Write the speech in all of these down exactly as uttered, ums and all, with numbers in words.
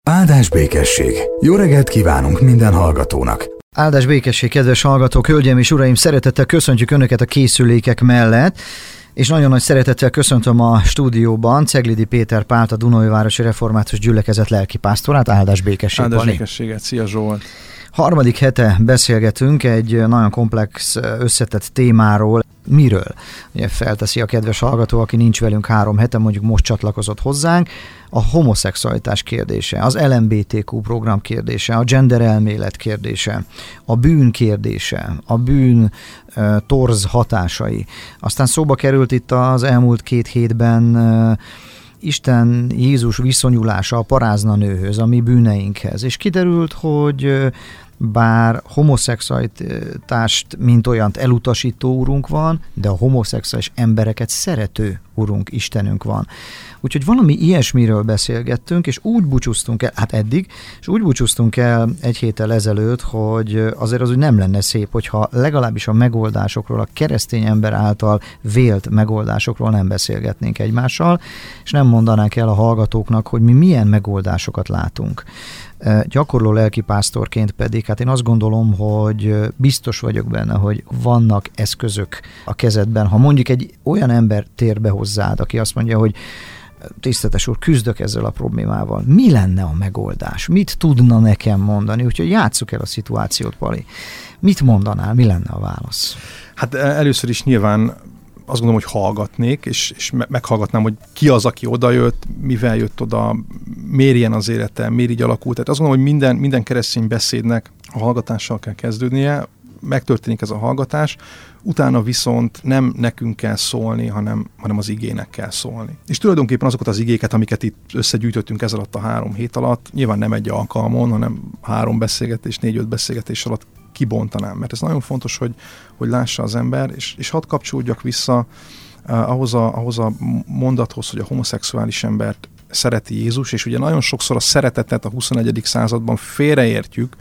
Áldás békesség! Jó reggelt kívánunk minden hallgatónak! Áldás békesség, kedves hallgatók, hölgyeim és uraim, szeretettel köszöntjük Önöket a készülékek mellett, és nagyon nagy szeretettel köszöntöm a stúdióban Ceglidi Péter Pált, a Dunaújvárosi Református Gyülekezet lelkipásztorát. Áldás békesség, Áldás Pali. békességet, szia Zsolt! Harmadik hete beszélgetünk egy nagyon komplex, összetett témáról. Miről? Ugye felteszi a kedves hallgató, aki nincs velünk három hete, mondjuk most csatlakozott hozzánk, a homoszexualitás kérdése, az el em bé té kú program kérdése, a gender elmélet kérdése, a bűn kérdése, a bűn uh, torz hatásai. Aztán szóba került itt az elmúlt két hétben uh, Isten Jézus viszonyulása a parázna nőhöz, a mi bűneinkhez, és kiderült, hogy uh, bár homoszexualitást, mint olyant elutasító urunk van, de a homoszexuális embereket szerető urunk, Istenünk van. Úgyhogy valami ilyesmiről beszélgettünk, és úgy búcsúztunk el, hát eddig, és úgy búcsúztunk el egy héttel ezelőtt, hogy azért az úgy nem lenne szép, hogyha legalábbis a megoldásokról, a keresztény ember által vélt megoldásokról nem beszélgetnénk egymással, és nem mondanánk el a hallgatóknak, hogy mi milyen megoldásokat látunk. Gyakorló lelkipásztorként pedig, hát én azt gondolom, hogy biztos vagyok benne, hogy vannak eszközök a kezedben. Ha mondjuk egy olyan ember tér be hozzád, aki azt mondja, hogy tiszteletes úr, küzdök ezzel a problémával, mi lenne a megoldás? Mit tudna nekem mondani? Úgyhogy játsszuk el a szituációt, Pali. Mit mondanál? Mi lenne a válasz? Hát először is nyilván azt gondolom, hogy hallgatnék, és, és meghallgatnám, hogy ki az, aki odajött, mivel jött oda, miért ilyen az élete, miért így alakult. Tehát azt gondolom, hogy minden, minden keresztény beszédnek a hallgatással kell kezdődnie, megtörténik ez a hallgatás, utána viszont nem nekünk kell szólni, hanem, hanem az igének kell szólni. És tulajdonképpen azokat az igéket, amiket itt összegyűjtöttünk ez alatt a három hét alatt, nyilván nem egy alkalmon, hanem három beszélgetés, négy-öt beszélgetés alatt kibontanám, mert ez nagyon fontos, hogy, hogy lássa az ember, és, és hadd kapcsolódjak vissza uh, ahhoz, a, ahhoz a mondathoz, hogy a homoszexuális embert szereti Jézus, és ugye nagyon sokszor a szeretetet a huszonegyedik században félreértjük,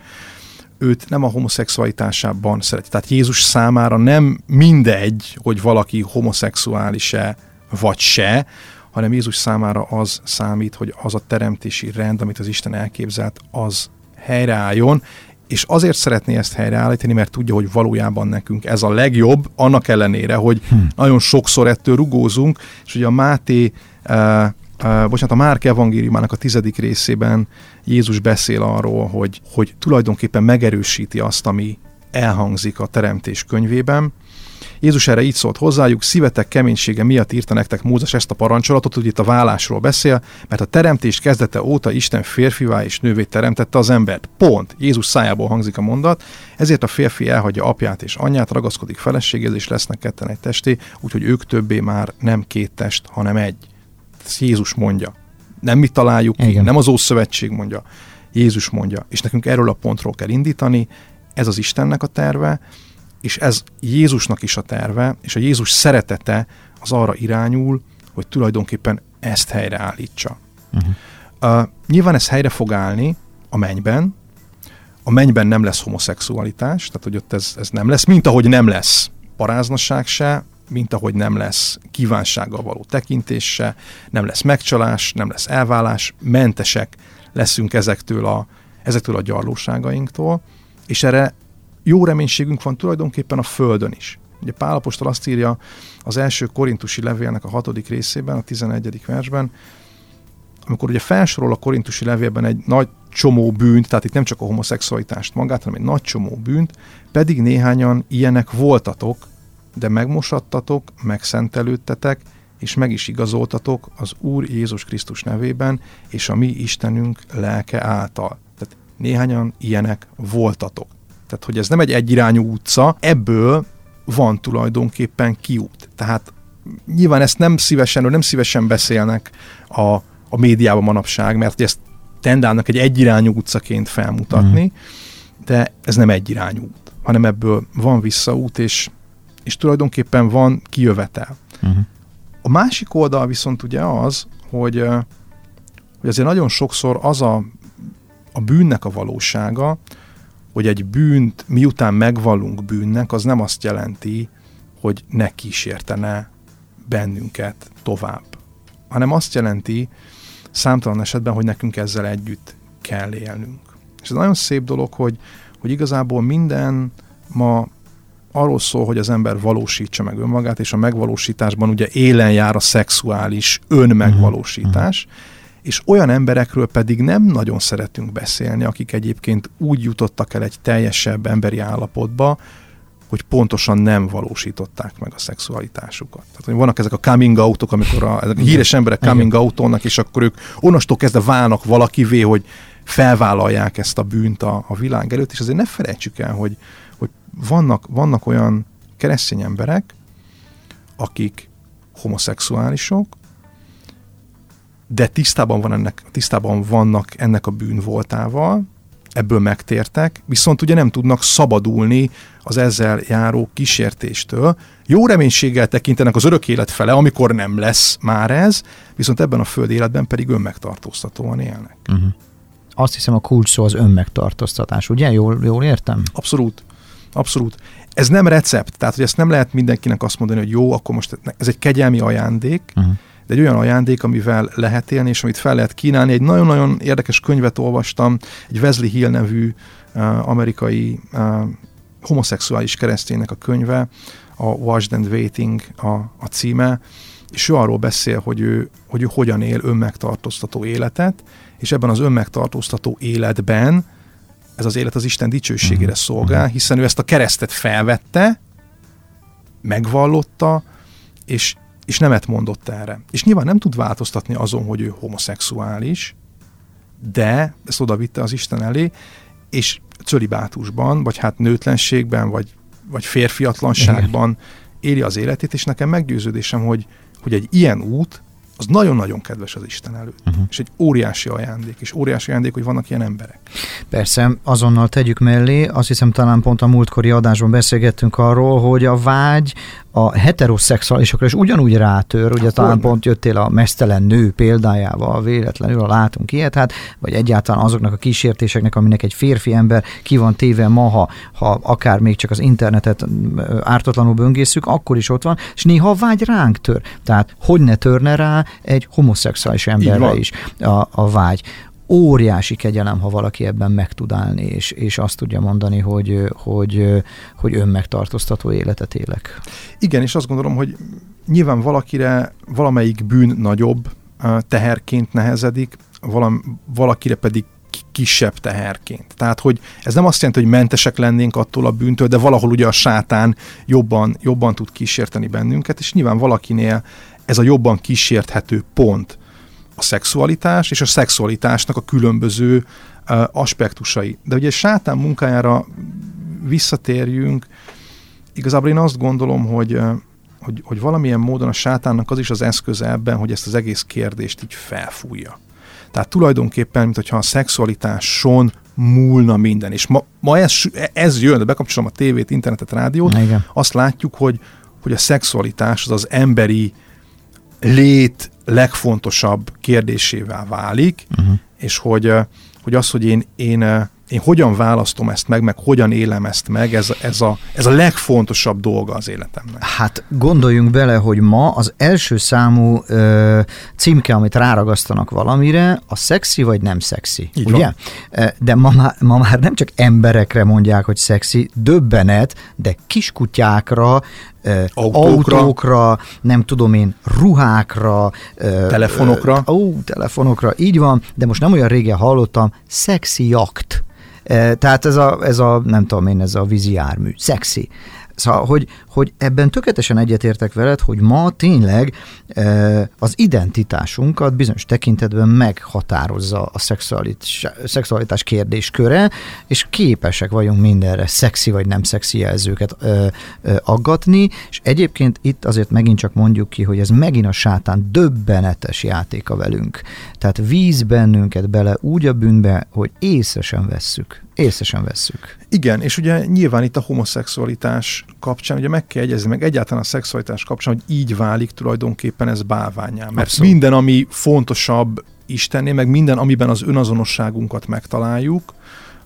őt nem a homoszexualitásában szereti. Tehát Jézus számára nem mindegy, hogy valaki homoszexuális-e vagy se, hanem Jézus számára az számít, hogy az a teremtési rend, amit az Isten elképzelt, az helyreálljon, és azért szeretné ezt helyreállítani, mert tudja, hogy valójában nekünk ez a legjobb, annak ellenére, hogy hmm. nagyon sokszor ettől rugózunk, és ugye a Máté, uh, uh, bocsánat, a Márk evangéliumának a tizedik részében Jézus beszél arról, hogy, hogy tulajdonképpen megerősíti azt, ami elhangzik a Teremtés könyvében. Jézus erre így szólt hozzájuk: szívetek keménysége miatt írta nektek Mózes ezt a parancsolatot, hogy itt a vállásról beszél, mert a teremtés kezdete óta Isten férfivá és nővé teremtette az embert. Pont. Jézus szájából hangzik a mondat, ezért a férfi elhagyja apját és anyját, ragaszkodik feleségéhez, és lesznek ketten egy testé, úgyhogy ők többé már nem két test, hanem egy. Ezt Jézus mondja. Nem mi találjuk ki, nem az Ószövetség mondja. Jézus mondja. És nekünk erről a pontról kell indítani, ez az Istennek a terve, és ez Jézusnak is a terve, és a Jézus szeretete az arra irányul, hogy tulajdonképpen ezt helyreállítsa. Uh-huh. Uh, nyilván ez helyre fog állni a mennyben, a mennyben nem lesz homoszexualitás, tehát hogy ott ez, ez nem lesz, mint ahogy nem lesz paráznasság se, mint ahogy nem lesz kívánsággal való tekintés se, nem lesz megcsalás, nem lesz elválás, mentesek leszünk ezektől a, ezektől a gyarlóságainktól, és erre jó reménységünk van tulajdonképpen a Földön is. Ugye Pál apostol azt írja az első korintusi levélnek a hatodik részében, a tizenegyedik versben, amikor ugye felsorol a korintusi levélben egy nagy csomó bűnt, tehát itt nem csak a homoszexualitást magát, hanem egy nagy csomó bűnt, pedig néhányan ilyenek voltatok, de megmosattatok, megszentelődtetek, és meg is igazoltatok az Úr Jézus Krisztus nevében, és a mi Istenünk lelke által. Tehát néhányan ilyenek voltatok. Tehát, hogy ez nem egy egyirányú utca, ebből van tulajdonképpen kiút. Tehát nyilván ezt nem szívesen, nem szívesen beszélnek a, a médiában manapság, mert ezt tendálnak egy egyirányú utcaként felmutatni, mm. de ez nem egyirányú út, hanem ebből van visszaút, és, és tulajdonképpen van kijövetel. Mm. A másik oldal viszont ugye az, hogy, hogy azért nagyon sokszor az a, a bűnnek a valósága, hogy egy bűnt miután megvallunk bűnnek, az nem azt jelenti, hogy ne kísértene bennünket tovább, hanem azt jelenti számtalan esetben, hogy nekünk ezzel együtt kell élnünk. És ez nagyon szép dolog, hogy, hogy igazából minden ma arról szól, hogy az ember valósítsa meg önmagát, és a megvalósításban ugye élen jár a szexuális önmegvalósítás, uh-huh. és olyan emberekről pedig nem nagyon szeretünk beszélni, akik egyébként úgy jutottak el egy teljesebb emberi állapotba, hogy pontosan nem valósították meg a szexualitásukat. Tehát, hogy vannak ezek a coming out-ok, amikor a, ezek a híres emberek coming out-olnak, és akkor ők onnastól kezdve válnak valakivé, hogy felvállalják ezt a bűnt a, a világ előtt, és azért ne felejtsük el, hogy, hogy vannak, vannak olyan keresztény emberek, akik homoszexuálisok, de tisztában, van ennek, tisztában vannak ennek a bűnvoltával, ebből megtértek, viszont ugye nem tudnak szabadulni az ezzel járó kísértéstől. Jó reménységgel tekintenek az örök élet fele, amikor nem lesz már ez, viszont ebben a föld életben pedig önmegtartóztatóan élnek. Uh-huh. Azt hiszem, a kulcs szó az önmegtartóztatás, ugye? Jól, jól értem? Abszolút. Abszolút. Ez nem recept, tehát hogy ezt nem lehet mindenkinek azt mondani, hogy jó, akkor most ez egy kegyelmi ajándék, uh-huh. de egy olyan ajándék, amivel lehet élni, és amit fel lehet kínálni. Egy nagyon-nagyon érdekes könyvet olvastam, egy Wesley Hill nevű uh, amerikai uh, homoszexuális kereszténynek a könyve, a Washed and Waiting a, a címe, és ő arról beszél, hogy ő, hogy ő hogyan él önmegtartóztató életet, és ebben az önmegtartóztató életben ez az élet az Isten dicsőségére szolgál, hiszen ő ezt a keresztet felvette, megvallotta, és és nemet mondott erre. És nyilván nem tud változtatni azon, hogy ő homoszexuális, de ezt oda vitte az Isten elé, és cölibátusban, vagy hát nőtlenségben, vagy, vagy férfiatlanságban igen. éli az életét, és nekem meggyőződésem, hogy, hogy egy ilyen út, az nagyon-nagyon kedves az Isten előtt. Uh-huh. És egy óriási ajándék, és óriási ajándék, hogy vannak ilyen emberek. Persze, azonnal tegyük mellé, azt hiszem talán pont a múltkori adásban beszélgettünk arról, hogy a vágy a heteroszexuálisokra is ugyanúgy rátör, ugye talán honnan? Pont jöttél a meztelen nő példájával, véletlenül, ha látunk ilyet, hát, vagy egyáltalán azoknak a kísértéseknek, aminek egy férfi ember ki van téve ma, ha, ha akár még csak az internetet ártatlanul böngészük, akkor is ott van, és néha a vágy ránk tör. Tehát hogy ne törne rá egy homoszexuális emberre is a, a vágy. Óriási kegyelem, ha valaki ebben meg tud állni, és, és azt tudja mondani, hogy, hogy, hogy önmegtartóztató életet élek. Igen, és azt gondolom, hogy nyilván valakire valamelyik bűn nagyobb teherként nehezedik, valam, valakire pedig kisebb teherként. Tehát, hogy ez nem azt jelenti, hogy mentesek lennénk attól a bűntől, de valahol ugye a sátán jobban, jobban tud kísérteni bennünket, és nyilván valakinél ez a jobban kísérthető pont a szexualitás, és a szexualitásnak a különböző uh, aspektusai. De ugye sátán munkájára visszatérjünk, igazából én azt gondolom, hogy, uh, hogy, hogy valamilyen módon a sátánnak az is az eszköze ebben, hogy ezt az egész kérdést így felfújja. Tehát tulajdonképpen, mintha a szexualitáson múlna minden. És ma, ma ez, ez jön, de bekapcsolom a tévét, internetet, rádiót, igen. Azt látjuk, hogy, hogy a szexualitás az az emberi lét legfontosabb kérdésével válik, uh-huh. és hogy, hogy az, hogy én, én, én hogyan választom ezt meg, meg hogyan élem ezt meg, ez, ez, a, ez a legfontosabb dolga az életemnek. Hát gondoljunk bele, hogy ma az első számú ö, címke, amit ráragasztanak valamire, a szexi vagy nem szexi, így ugye? Van. De ma már, ma már nem csak emberekre mondják, hogy szexi, döbbenet, de kiskutyákra, Autókra. autókra, nem tudom én, ruhákra, telefonokra. Ó, uh, telefonokra, így van, de most nem olyan régen hallottam, szexi jakt. Uh, tehát ez a, ez a, nem tudom én, ez a vízi jármű. Szexi. Szóval, hogy, hogy ebben tökéletesen egyetértek veled, hogy ma tényleg e, az identitásunkat bizonyos tekintetben meghatározza a szexualitás, szexualitás kérdésköre, és képesek vagyunk mindenre szexi vagy nem szexi jelzőket e, e, aggatni, és egyébként itt azért megint csak mondjuk ki, hogy ez megint a sátán döbbenetes játéka velünk. Tehát víz bennünket bele úgy a bűnbe, hogy észre sem vesszük. Észre sem vesszük. Igen, és ugye nyilván itt a homoszexualitás kapcsán, ugye meg kell egyezni, meg egyáltalán a szexualitás kapcsán, hogy így válik tulajdonképpen ez bálványá. Mert abszolút. Minden, ami fontosabb Istennél, meg minden, amiben az önazonosságunkat megtaláljuk,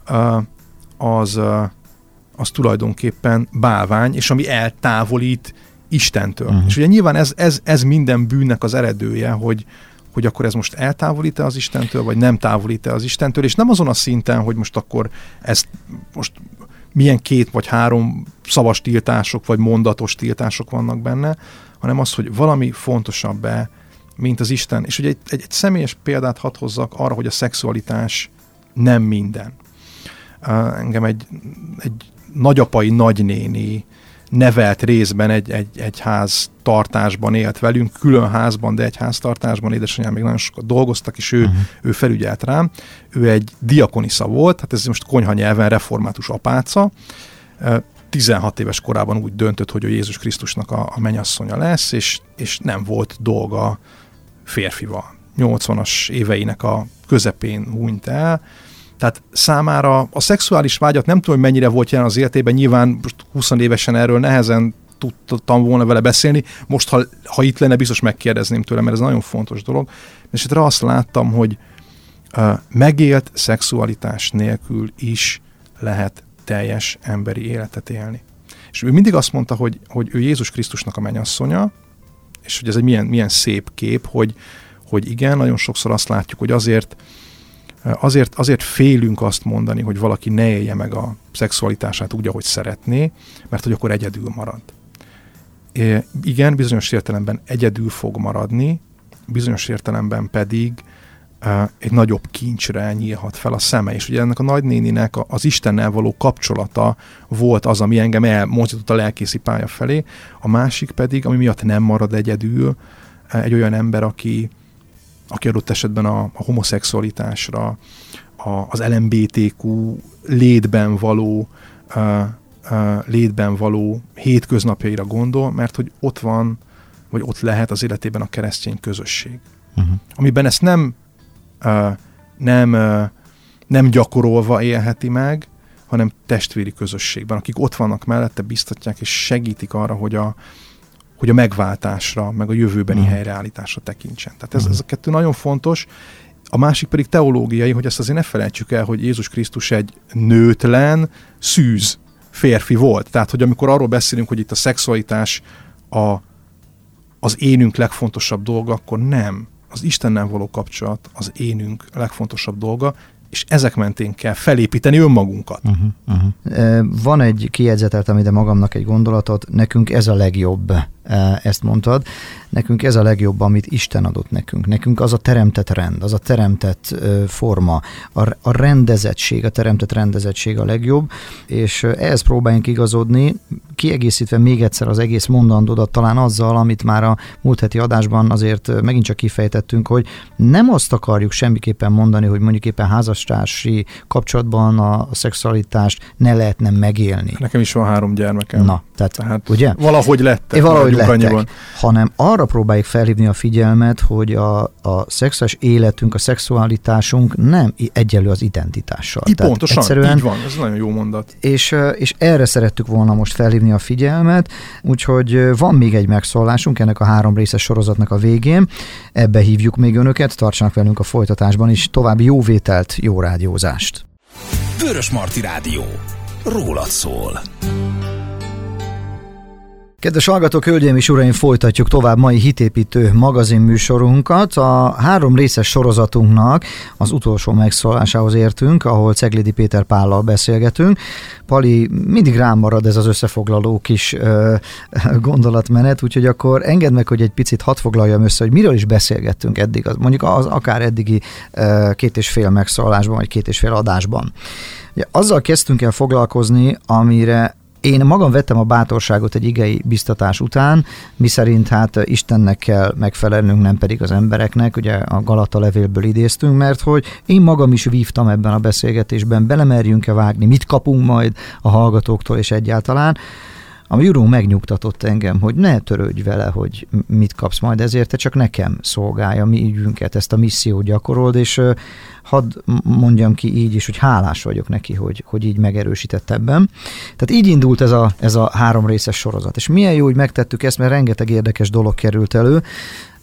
az, az tulajdonképpen bálvány, és ami eltávolít Istentől. Uh-huh. És ugye nyilván ez, ez, ez minden bűnnek az eredője, hogy, hogy akkor ez most eltávolít-e az Istentől, vagy nem távolít-e az Istentől, és nem azon a szinten, hogy most akkor ezt most milyen két vagy három szavas tiltások, vagy mondatos tiltások vannak benne, hanem az, hogy valami fontosabb-e, mint az Isten. És ugye egy, egy, egy személyes példát hadd hozzak arra, hogy a szexualitás nem minden. Uh, engem egy, egy nagyapai nagynéni nevelt részben egy, egy, egy háztartásban élt velünk, külön házban, de egy háztartásban, édesanyám még nagyon sokat dolgoztak, és ő, uh-huh. ő felügyelt rám. Ő egy diakonisza volt, hát ez most konyha nyelven református apáca. tizenhat éves korában úgy döntött, hogy ő Jézus Krisztusnak a, a mennyasszonya lesz, és, és nem volt dolga férfival. nyolcvanas éveinek a közepén hunyt el. Tehát számára a szexuális vágyat nem tudom, hogy mennyire volt jelen az életében, nyilván most húsz évesen erről nehezen tudtam volna vele beszélni, most ha, ha itt lenne, biztos megkérdezném tőle, mert ez nagyon fontos dolog. És itt azt láttam, hogy uh, megélt szexualitás nélkül is lehet teljes emberi életet élni. És ő mindig azt mondta, hogy, hogy ő Jézus Krisztusnak a mennyasszonya, és hogy ez egy milyen, milyen szép kép, hogy, hogy igen, nagyon sokszor azt látjuk, hogy azért Azért, azért félünk azt mondani, hogy valaki ne élje meg a szexualitását úgy, ahogy szeretné, mert hogy akkor egyedül marad. É, igen, bizonyos értelemben egyedül fog maradni, bizonyos értelemben pedig uh, egy nagyobb kincsre nyílhat fel a szeme. És ugye ennek a nagynéninek az Istennel való kapcsolata volt az, ami engem elmozdított a lelkészi pálya felé. A másik pedig, ami miatt nem marad egyedül, egy olyan ember, aki aki adott esetben a, a homoszexualitásra, a, az el em bé té kú létben való, uh, uh, létben való hétköznapjaira gondol, mert hogy ott van, vagy ott lehet az életében a keresztény közösség. Uh-huh. Amiben ezt nem, uh, nem, uh, nem gyakorolva élheti meg, hanem testvéri közösségben, akik ott vannak mellette, biztatják és segítik arra, hogy a hogy a megváltásra, meg a jövőbeni uh-huh. helyreállításra tekintsen. Tehát ez, ez a kettő nagyon fontos. A másik pedig teológiai, hogy ezt azért ne felejtsük el, hogy Jézus Krisztus egy nőtlen, szűz férfi volt. Tehát, hogy amikor arról beszélünk, hogy itt a szexualitás a, az énünk legfontosabb dolga, akkor nem. Az Istennel való kapcsolat az énünk legfontosabb dolga, és ezek mentén kell felépíteni önmagunkat. Uh-huh, uh-huh. Van egy kijegyzeteltem ide magamnak egy gondolatot, nekünk ez a legjobb, ezt mondtad, nekünk ez a legjobb, amit Isten adott nekünk. Nekünk az a teremtett rend, az a teremtett forma, a, a rendezettség, a teremtett rendezettség a legjobb, és ehhez próbáljunk igazodni, kiegészítve még egyszer az egész mondandódat talán azzal, amit már a múlt heti adásban azért megint csak kifejtettünk, hogy nem azt akarjuk semmiképpen mondani, hogy mondjuk éppen házastársi kapcsolatban a, a szexualitást ne lehetne megélni. Nekem is van három gyermekem. Na, tehát, tehát ugye? Valahogy lettek. Valahogy lettek, hanem arra próbáljuk felhívni a figyelmet, hogy a, a szexuális életünk, a szexualitásunk nem egyenlő az identitással. Így pontosan, egyszerűen, így van, ez nagyon jó mondat. És, és erre szerettük volna most felhívni a figyelmet, úgyhogy van még egy megszólásunk ennek a három részes sorozatnak a végén, ebbe hívjuk még önöket, tartsanak velünk a folytatásban is, további jó vételt, jó rádiózást. Vörösmarty Rádió. Rólad szól. Kedves hallgatók, hölgyeim és uraim, folytatjuk tovább mai hitépítő magazinműsorunkat. A három részes sorozatunknak az utolsó megszólásához értünk, ahol Ceglédi Péter Pállal beszélgetünk. Pali, mindig rám marad ez az összefoglaló kis ö, gondolatmenet, úgyhogy akkor engedd meg, hogy egy picit hadd foglaljam össze, hogy miről is beszélgettünk eddig, mondjuk az akár eddigi ö, két és fél megszólásban, vagy két és fél adásban. Ugye, azzal kezdtünk el foglalkozni, amire én magam vettem a bátorságot egy igei biztatás után, miszerint hát Istennek kell megfelelnünk, nem pedig az embereknek, ugye a Galata levélből idéztünk, mert hogy én magam is vívtam ebben a beszélgetésben, belemerjünk-e vágni, mit kapunk majd a hallgatóktól és egyáltalán. Ami Urunk megnyugtatott engem, hogy ne törődj vele, hogy mit kapsz majd, ezért te csak nekem szolgálja mi ügyünket, ezt a missziót gyakorold, és hadd mondjam ki így is, hogy hálás vagyok neki, hogy, hogy így megerősített ebben. Tehát így indult ez a, ez a három részes sorozat. És milyen jó, hogy megtettük ezt, mert rengeteg érdekes dolog került elő.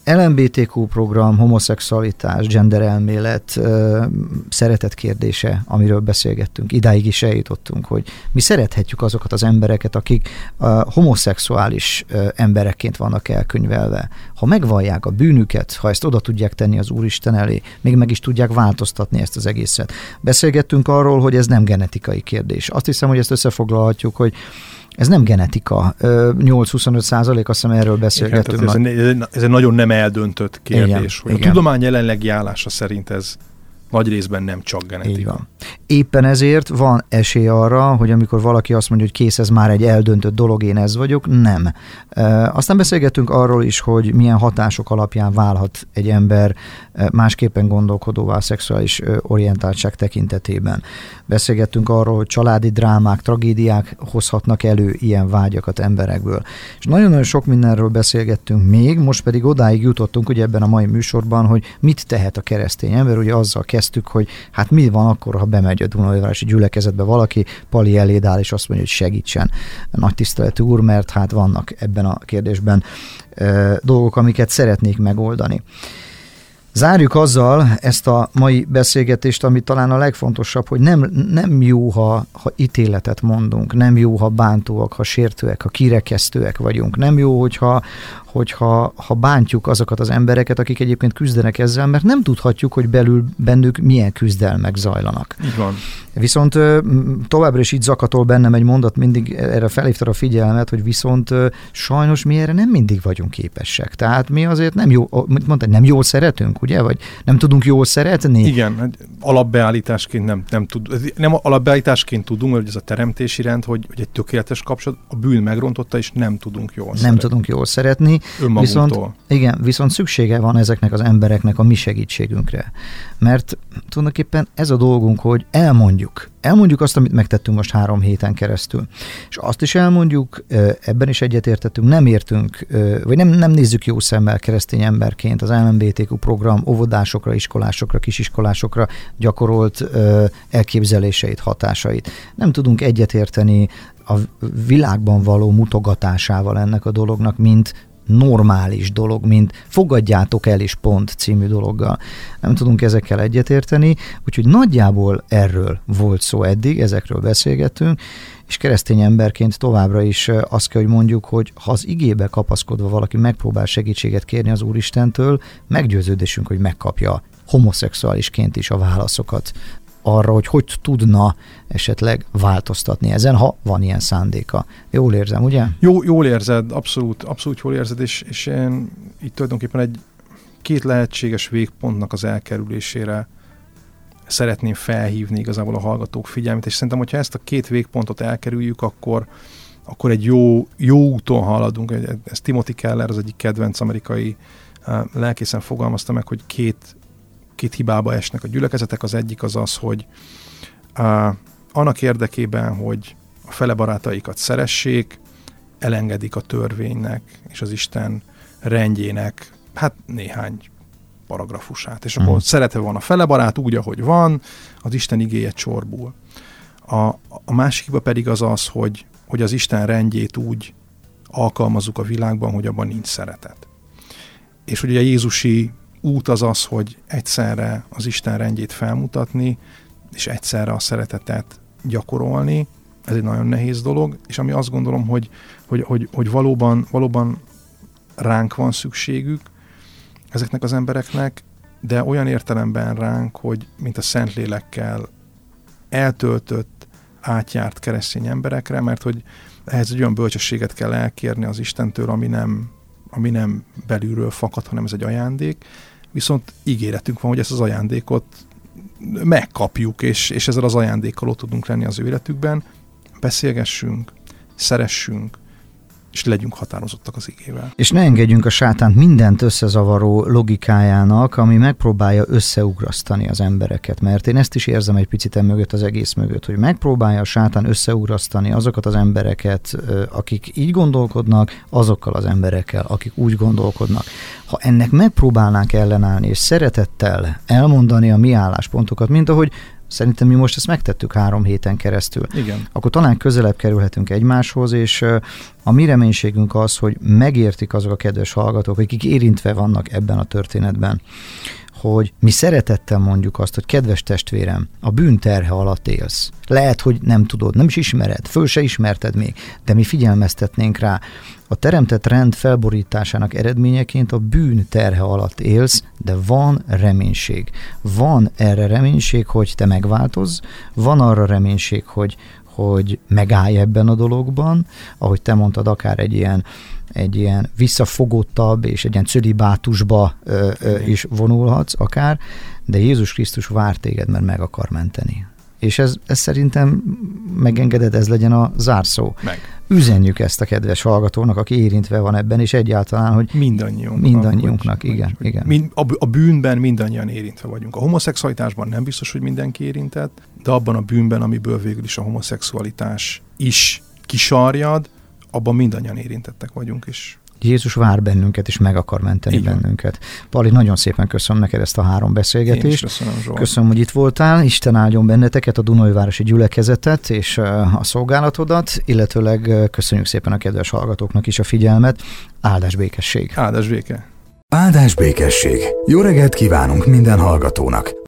el em bé té kú program, homoszexualitás, genderelmélet, szeretet kérdése, amiről beszélgettünk. Idáig is eljutottunk, hogy mi szerethetjük azokat az embereket, akik homoszexuális emberekként vannak elkönyvelve. Ha megvallják a bűnüket, ha ezt oda tudják tenni az Úristen elé, még meg is tudják változtatni ezt az egészet. Beszélgettünk arról, hogy ez nem genetikai kérdés. Azt hiszem, hogy ezt összefoglalhatjuk, hogy ez nem genetika. nyolc-huszonöt százalék, azt hiszem, erről beszélgetünk. Igen, ez, egy, ez egy nagyon nem eldöntött kérdés. Igen, hogy igen. A tudomány jelenlegi állása szerint ez nagy részben nem csak genetika. Így van. Éppen ezért van esély arra, hogy amikor valaki azt mondja, hogy kész, ez már egy eldöntött dolog, én ez vagyok, nem. E, aztán beszélgettünk arról is, hogy milyen hatások alapján válhat egy ember másképpen gondolkodóvá a szexuális orientáltság tekintetében. Beszélgettünk arról, hogy családi drámák, tragédiák hozhatnak elő ilyen vágyakat emberekből. És nagyon-nagyon sok mindenről beszélgettünk még, most pedig odáig jutottunk, ugye ebben a mai műsorban, hogy mit tehet a keresztény ember, ugye azzal kezdtük, hogy hát mi van akkor, ha bemegy a Dunaújvárosi gyülekezetbe valaki, Pali eléd áll, és azt mondja, hogy segítsen. Nagy tiszteletű úr, mert hát vannak ebben a kérdésben e, dolgok, amiket szeretnék megoldani. Zárjuk azzal ezt a mai beszélgetést, ami talán a legfontosabb, hogy nem, nem jó, ha, ha ítéletet mondunk, nem jó, ha bántóak, ha sértőek, ha kirekesztőek vagyunk, nem jó, hogyha, hogyha ha bántjuk azokat az embereket, akik egyébként küzdenek ezzel, mert nem tudhatjuk, hogy belül bennük milyen küzdelmek zajlanak. Így van. Viszont továbbra is így zakatol bennem egy mondat, mindig erre felhívta a figyelmet, hogy viszont sajnos mi erre nem mindig vagyunk képesek. Tehát mi azért nem jó, mondta, nem jól szeretünk, ugye? Vagy nem tudunk jól szeretni? Igen, alapbeállításként nem, nem tud, nem alapbeállításként tudunk, hogy ez a teremtési rend, hogy, hogy egy tökéletes kapcsolat, a bűn megrontotta, és nem tudunk jól nem szeretni. tudunk jól szeretni. Viszont, igen, viszont szüksége van ezeknek az embereknek a mi segítségünkre. Mert tulajdonképpen ez a dolgunk, hogy elmondjuk. Elmondjuk azt, amit megtettünk most három héten keresztül. És azt is elmondjuk, ebben is egyetértettünk, nem értünk, vagy nem, nem nézzük jó szemmel keresztény emberként az el em bé té kú program óvodásokra, iskolásokra, kisiskolásokra gyakorolt elképzeléseit, hatásait. Nem tudunk egyetérteni a világban való mutogatásával ennek a dolognak, mint normális dolog, mint fogadjátok el is pont című dologgal. Nem tudunk ezekkel egyetérteni, úgyhogy nagyjából erről volt szó eddig, ezekről beszélgettünk, és keresztény emberként továbbra is azt kell, hogy mondjuk, hogy ha az igébe kapaszkodva valaki megpróbál segítséget kérni az Úristentől, meggyőződésünk, hogy megkapja homoszexuálisként is a válaszokat arra, hogy hogy tudna esetleg változtatni ezen, ha van ilyen szándéka. Jól érzem, ugye? Jó, jól érzed, abszolút, abszolút jól érzed, és, és én itt tulajdonképpen egy két lehetséges végpontnak az elkerülésére szeretném felhívni igazából a hallgatók figyelmét, és szerintem, hogyha ezt a két végpontot elkerüljük, akkor, akkor egy jó, jó úton haladunk. Ez Timothy Keller, az egyik kedvenc amerikai lelkészen fogalmazta meg, hogy két két hibába esnek a gyülekezetek. Az egyik az az, hogy uh, annak érdekében, hogy a fele barátaikat szeressék, elengedik a törvénynek és az Isten rendjének hát néhány paragrafusát. És mm. akkor szeretve van a fele barát úgy, ahogy van, az Isten igéje csorbul. A, a másik hiba pedig az az, hogy, hogy az Isten rendjét úgy alkalmazzuk a világban, hogy abban nincs szeretet. És ugye a jézusi út az az, hogy egyszerre az Isten rendjét felmutatni, és egyszerre a szeretetet gyakorolni. Ez egy nagyon nehéz dolog, és ami azt gondolom, hogy, hogy, hogy, hogy valóban, valóban ránk van szükségük ezeknek az embereknek, de olyan értelemben ránk, hogy mint a Szentlélekkel eltöltött, átjárt keresztény emberekre, mert hogy ehhez egy olyan bölcsességet kell elkérni az Istentől, ami nem, ami nem belülről fakad, hanem ez egy ajándék. Viszont ígéretünk van, hogy ezt az ajándékot megkapjuk, és, és ezzel az ajándékkal ott tudunk lenni az ő életükben. Beszélgessünk, szeressünk, és legyünk határozottak az igével. És ne engedjünk a sátánt mindent összezavaró logikájának, ami megpróbálja összeugrasztani az embereket, mert én ezt is érzem egy picit mögött, az egész mögött, hogy megpróbálja a sátán összeugrasztani azokat az embereket, akik így gondolkodnak, azokkal az emberekkel, akik úgy gondolkodnak. Ha ennek megpróbálnánk ellenállni, és szeretettel elmondani a mi álláspontokat, mint ahogy Szerintem mi most ezt megtettük három héten keresztül. Igen. Akkor talán közelebb kerülhetünk egymáshoz, és a mi reménységünk az, hogy megértik azok a kedves hallgatók, akik érintve vannak ebben a történetben, hogy mi szeretettel mondjuk azt, hogy kedves testvérem, a bűn terhe alatt élsz. Lehet, hogy nem tudod, nem is ismered, föl se ismerted még, de mi figyelmeztetnénk rá. A teremtett rend felborításának eredményeként a bűn terhe alatt élsz, de van reménység. Van erre reménység, hogy te megváltozz, van arra reménység, hogy, hogy megállj ebben a dologban, ahogy te mondtad, akár egy ilyen egy ilyen visszafogottabb és egy ilyen cölibátusba ö, ö, is vonulhatsz akár, de Jézus Krisztus vár téged, mert meg akar menteni. És ez, ez szerintem megengeded, ez legyen a zárszó. Meg. Üzenjük ezt a kedves hallgatónak, aki érintve van ebben, és egyáltalán, hogy mindannyiunknak. Mindannyiunknak, hogy, igen. Hogy, igen. Mind, a, a bűnben mindannyian érintve vagyunk. A homoszexualitásban nem biztos, hogy mindenki érintett, de abban a bűnben, amiből végül is a homoszexualitás is kisarjad, abban mindannyian érintettek vagyunk is. Jézus vár bennünket, és meg akar menteni Igen. bennünket. Pali, nagyon szépen köszönöm neked ezt a három beszélgetést. Én is köszönöm, Zsolt. Köszönöm, hogy itt voltál. Isten áldjon benneteket, a Dunaújvárosi gyülekezetet és a szolgálatodat, illetőleg köszönjük szépen a kedves hallgatóknak is a figyelmet. Áldás békesség. Áldás béke. Áldás békesség. Jó reggelt kívánunk minden hallgatónak.